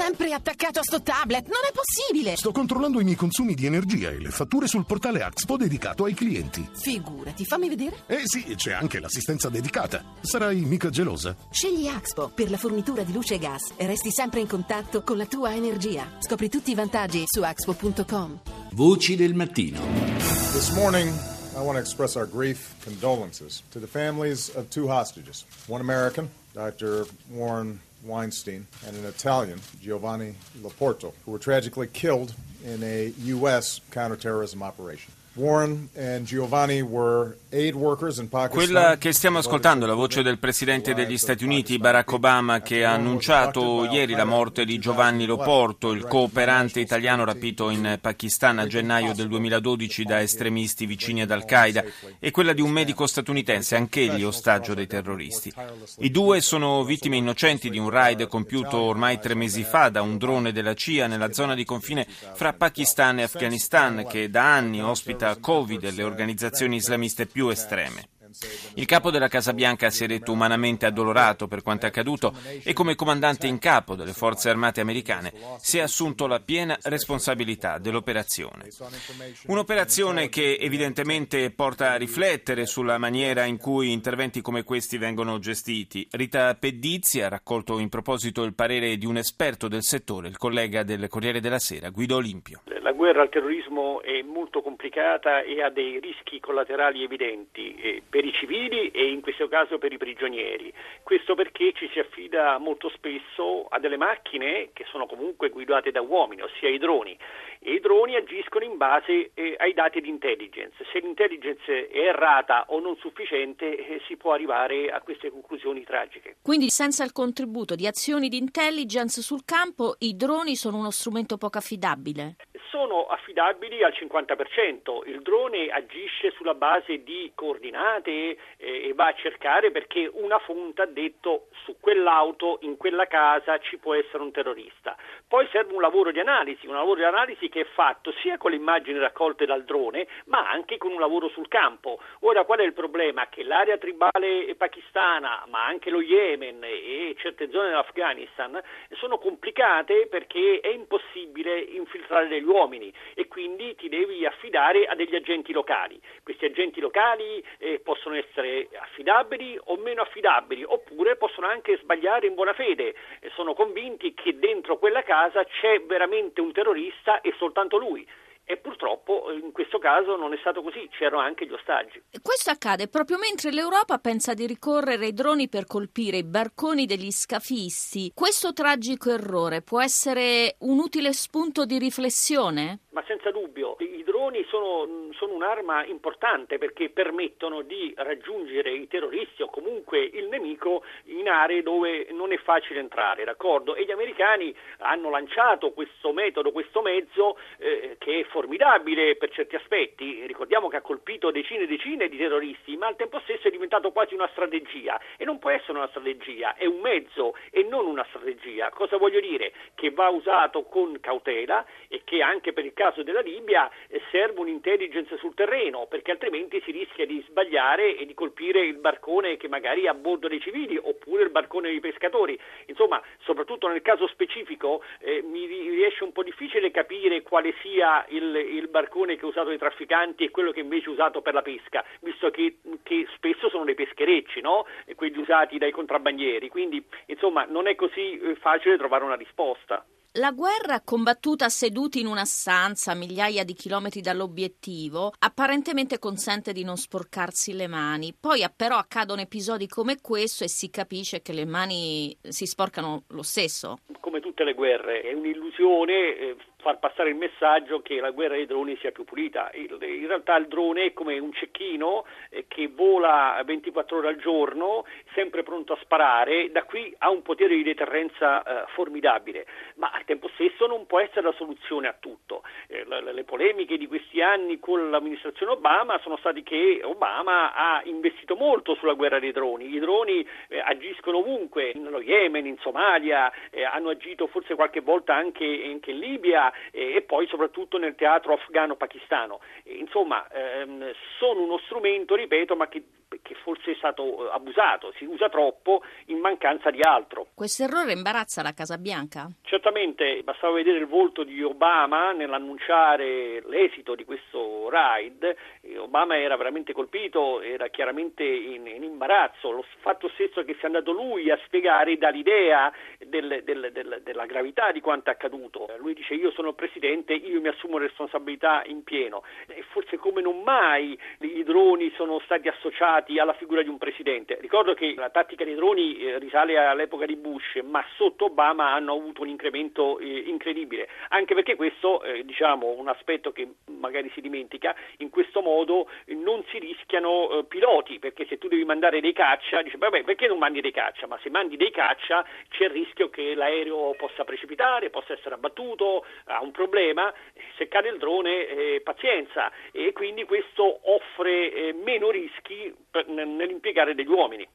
sempre attaccato a sto tablet, non è possibile! Sto controllando i miei consumi di energia e le fatture sul portale Axpo dedicato ai clienti. Figurati, fammi vedere. Sì, c'è anche l'assistenza dedicata. Sarai mica gelosa? Scegli Axpo per la fornitura di luce e gas e resti sempre in contatto con la tua energia. Scopri tutti i vantaggi su axpo.com. Voci del mattino. This morning, I want to express our grief, condolences to the families of two hostages. One American, Dr. Warren Weinstein, and an Italian, Giovanni Laporto, who were tragically killed in a U.S. counterterrorism operation. Warren and Giovanni were aid workers in Pakistan. Quella che stiamo ascoltando è la voce del presidente degli Stati Uniti, Barack Obama, che ha annunciato ieri la morte di Giovanni Loporto, il cooperante italiano rapito in Pakistan a gennaio del 2012 da estremisti vicini ad Al-Qaeda, e quella di un medico statunitense, anch'egli ostaggio dei terroristi. I due sono vittime innocenti di un raid compiuto ormai 3 mesi fa da un drone della CIA nella zona di confine fra Pakistan e Afghanistan, che da anni ospita Covid e le organizzazioni islamiste più estreme. Il capo della Casa Bianca si è detto umanamente addolorato per quanto è accaduto e come comandante in capo delle forze armate americane si è assunto la piena responsabilità dell'operazione. Un'operazione che evidentemente porta a riflettere sulla maniera in cui interventi come questi vengono gestiti. Rita Pedizzi ha raccolto in proposito il parere di un esperto del settore, il collega del Corriere della Sera, Guido Olimpio. La guerra al terrorismo è molto complicata e ha dei rischi collaterali evidenti per i civili e in questo caso per i prigionieri. Questo perché ci si affida molto spesso a delle macchine che sono comunque guidate da uomini, ossia i droni. E i droni agiscono in base ai dati di intelligence. Se l'intelligence è errata o non sufficiente, si può arrivare a queste conclusioni tragiche. Quindi senza il contributo di azioni di intelligence sul campo, i droni sono uno strumento poco affidabile? Sono affidabili al 50%. Il drone agisce sulla base di coordinate e va a cercare perché una fonte ha detto su quell'auto, in quella casa ci può essere un terrorista. Poi serve un lavoro di analisi che è fatto sia con le immagini raccolte dal drone ma anche con un lavoro sul campo. Ora qual è il problema? Che l'area tribale pakistana ma anche lo Yemen e certe zone dell'Afghanistan sono complicate perché è impossibile infiltrare degli uomini e quindi ti devi affidare a degli agenti locali. Questi agenti locali possono essere affidabili o meno affidabili oppure possono anche sbagliare in buona fede. Sono convinti che dentro quella casa c'è veramente un terrorista e soltanto lui. E purtroppo in questo caso non è stato così, c'erano anche gli ostaggi. Questo accade proprio mentre l'Europa pensa di ricorrere ai droni per colpire i barconi degli scafisti. Questo tragico errore può essere un utile spunto di riflessione? Ma senza dubbio, i droni sono un'arma importante perché permettono di raggiungere i terroristi o comunque il nemico in aree dove non è facile entrare, d'accordo? E gli americani hanno lanciato questo metodo, questo mezzo che è formidabile per certi aspetti. Ricordiamo che ha colpito decine e decine di terroristi, ma al tempo stesso è diventato quasi una strategia e non può essere una strategia, è un mezzo e non una strategia. Cosa voglio dire? Che va usato con cautela e che anche per il caso della Libia serve un'intelligence sul terreno, perché altrimenti si rischia di sbagliare e di colpire il barcone che magari è a bordo dei civili oppure il barcone dei pescatori. Insomma, soprattutto nel caso specifico mi riesce un po' difficile capire quale sia il barcone che è usato dai trafficanti e quello che invece è usato per la pesca, visto che spesso sono dei pescherecci, no? E quelli usati dai contrabbandieri, quindi insomma non è così facile trovare una risposta. La guerra combattuta seduti in una stanza a migliaia di chilometri dall'obiettivo apparentemente consente di non sporcarsi le mani. Poi però accadono episodi come questo e si capisce che le mani si sporcano lo stesso. Come tutte le guerre, è un'illusione far passare il messaggio che la guerra dei droni sia più pulita. In realtà il drone è come un cecchino che vola 24 ore al giorno, sempre pronto a sparare, da qui ha un potere di deterrenza formidabile, ma al tempo stesso non può essere la soluzione a tutto. Le polemiche di questi anni con l'amministrazione Obama sono stati che Obama ha investito molto sulla guerra dei droni. I droni agiscono ovunque, nello Yemen, in Somalia, hanno agito forse qualche volta anche in Libia, e poi soprattutto nel teatro afgano-pakistano. Insomma, sono uno strumento, ripeto, ma che che forse è stato abusato, si usa troppo in mancanza di altro. Questo errore imbarazza la Casa Bianca? Certamente, bastava vedere il volto di Obama nell'annunciare l'esito di questo raid. Obama era veramente colpito, era chiaramente in imbarazzo. Lo fatto stesso che sia andato lui a spiegare dà l'idea della gravità di quanto è accaduto. Lui dice: io sono il presidente, io mi assumo responsabilità in pieno. E forse come non mai i droni sono stati associati alla figura di un presidente. Ricordo che la tattica dei droni risale all'epoca di Bush, ma sotto Obama hanno avuto un incremento incredibile, anche perché questo, un aspetto che magari si dimentica, in questo modo non si rischiano piloti, perché se tu devi mandare dei caccia, dice vabbè, perché non mandi dei caccia? Ma se mandi dei caccia c'è il rischio che l'aereo possa precipitare, possa essere abbattuto, ha un problema, se cade il drone pazienza, e quindi questo offre meno rischi nell'impiegare degli uomini.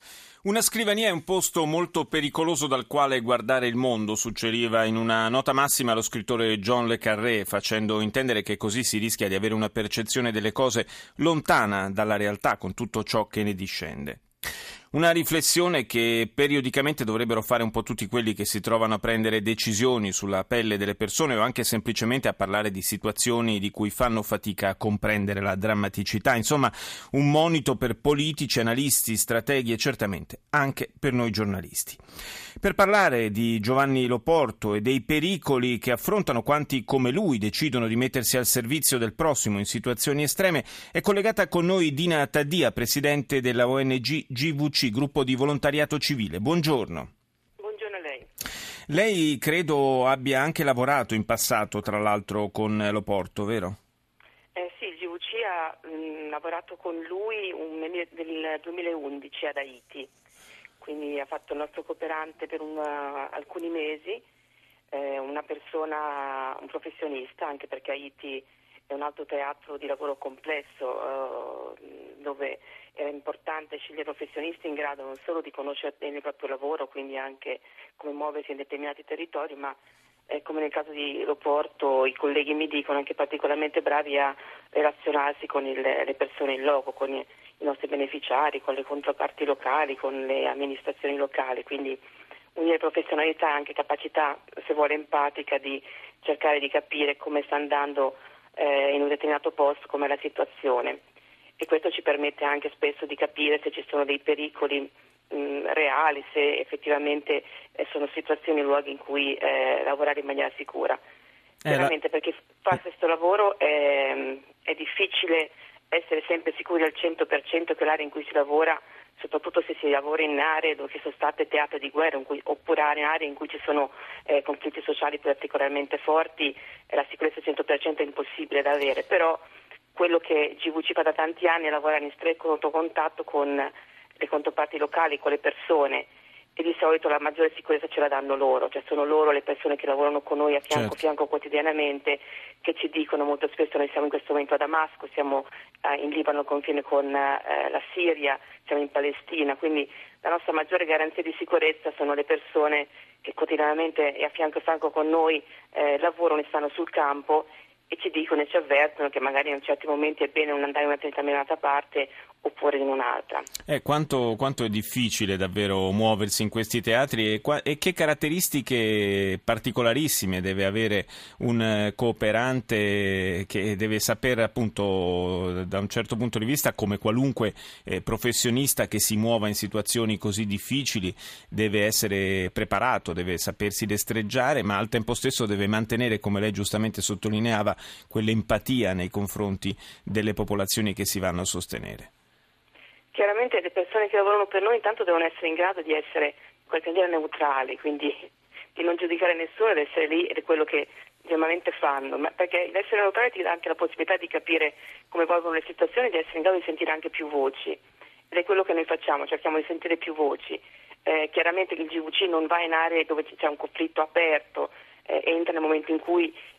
Una scrivania è un posto molto pericoloso dal quale guardare il mondo, suggeriva in una nota massima lo scrittore John le Carré, facendo intendere che così si rischia di avere una percezione delle cose lontana dalla realtà, con tutto ciò che ne discende. Una riflessione che periodicamente dovrebbero fare un po' tutti quelli che si trovano a prendere decisioni sulla pelle delle persone o anche semplicemente a parlare di situazioni di cui fanno fatica a comprendere la drammaticità. Insomma, un monito per politici, analisti, strateghi e certamente anche per noi giornalisti. Per parlare di Giovanni Loporto e dei pericoli che affrontano quanti come lui decidono di mettersi al servizio del prossimo in situazioni estreme, è collegata con noi Dina Taddia, presidente della ONG GVC, gruppo di volontariato civile. Buongiorno. Buongiorno a lei. Lei credo abbia anche lavorato in passato, tra l'altro, con Loporto, vero? Sì, il GVC ha lavorato con lui nel 2011 ad Haiti. Quindi ha fatto il nostro cooperante per alcuni mesi, una persona, un professionista, anche perché Haiti è un altro teatro di lavoro complesso, dove era importante scegliere professionisti in grado non solo di conoscere bene il proprio lavoro, quindi anche come muoversi in determinati territori, ma come nel caso di Loporto i colleghi mi dicono anche particolarmente bravi a relazionarsi con le persone in loco, con i nostri beneficiari, con le controparti locali, con le amministrazioni locali, quindi unire professionalità e anche capacità, se vuole empatica, di cercare di capire come sta andando in un determinato posto, com'è la situazione, e questo ci permette anche spesso di capire se ci sono dei pericoli reali, se effettivamente sono situazioni, luoghi in cui lavorare in maniera sicura. Veramente, perché fare questo lavoro è difficile essere sempre sicuri al 100% che l'area in cui si lavora, soprattutto se si lavora in aree dove ci sono state teatri di guerra oppure aree in cui ci sono conflitti sociali particolarmente forti, la sicurezza al 100% è impossibile da avere, però quello che GVC fa da tanti anni è lavorare in stretto contatto con le controparti locali, con le persone, e di solito la maggiore sicurezza ce la danno loro, cioè sono loro le persone che lavorano con noi a fianco quotidianamente, che ci dicono molto spesso: noi siamo in questo momento a Damasco, siamo in Libano al confine con la Siria, siamo in Palestina, quindi la nostra maggiore garanzia di sicurezza sono le persone che quotidianamente e a fianco con noi lavorano e stanno sul campo e ci dicono e ci avvertono che magari in certi momenti è bene non andare in una determinata parte oppure in un'altra. Quanto è difficile davvero muoversi in questi teatri e che caratteristiche particolarissime deve avere un cooperante che deve sapere, appunto, da un certo punto di vista, come qualunque professionista che si muova in situazioni così difficili, deve essere preparato, deve sapersi destreggiare, ma al tempo stesso deve mantenere, come lei giustamente sottolineava, quell'empatia nei confronti delle popolazioni che si vanno a sostenere. Chiaramente le persone che lavorano per noi intanto devono essere in grado di essere in qualche maniera neutrali, quindi di non giudicare nessuno ed essere lì ed è quello che generalmente fanno, ma perché l'essere neutrali ti dà anche la possibilità di capire come evolvono le situazioni, di essere in grado di sentire anche più voci, ed è quello che noi facciamo, cerchiamo di sentire più voci. Chiaramente il GVC non va in aree dove c'è un conflitto aperto, entra nel momento in cui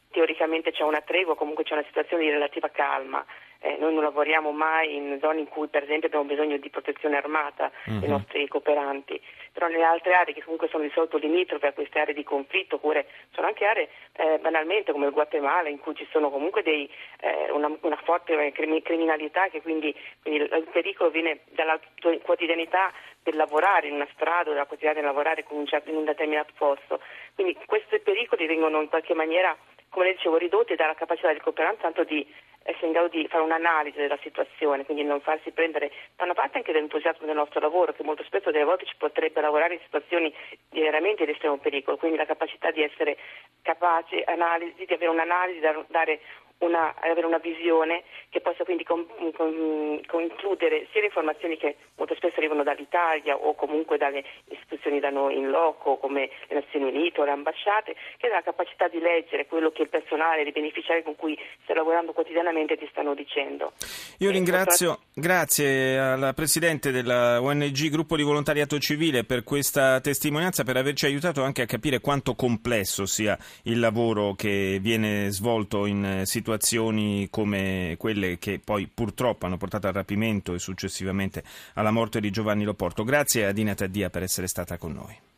teoricamente c'è una tregua, comunque c'è una situazione di relativa calma. Noi non lavoriamo mai in zone in cui per esempio abbiamo bisogno di protezione armata dei nostri cooperanti, però nelle altre aree che comunque sono di solito limitrofe a queste aree di conflitto, oppure sono anche aree banalmente come il Guatemala in cui ci sono comunque una forte criminalità, che quindi il pericolo viene dalla quotidianità del lavorare in una strada o dalla quotidianità del lavorare in un determinato posto. Quindi questi pericoli vengono in qualche maniera, come dicevo, ridotti dalla capacità del cooperante tanto di essere in grado di fare un'analisi della situazione, quindi non farsi prendere da una parte anche dall'entusiasmo del nostro lavoro, che molto spesso delle volte ci potrebbe lavorare in situazioni di veramente di estremo pericolo, quindi la capacità di essere capaci di avere un'analisi, avere una visione che possa quindi includere sia le informazioni che molto spesso arrivano dall'Italia o comunque dalle istituzioni da noi in loco come le Nazioni Unite o le ambasciate, che la capacità di leggere quello che il personale, i beneficiari con cui stai lavorando quotidianamente ti stanno dicendo. Io ringrazio, grazie alla Presidente della ONG Gruppo di Volontariato Civile per questa testimonianza, per averci aiutato anche a capire quanto complesso sia il lavoro che viene svolto in situazioni come quelle che poi purtroppo hanno portato al rapimento e successivamente alla morte di Giovanni Lo Porto. Grazie a Dina Taddia per essere stata con noi.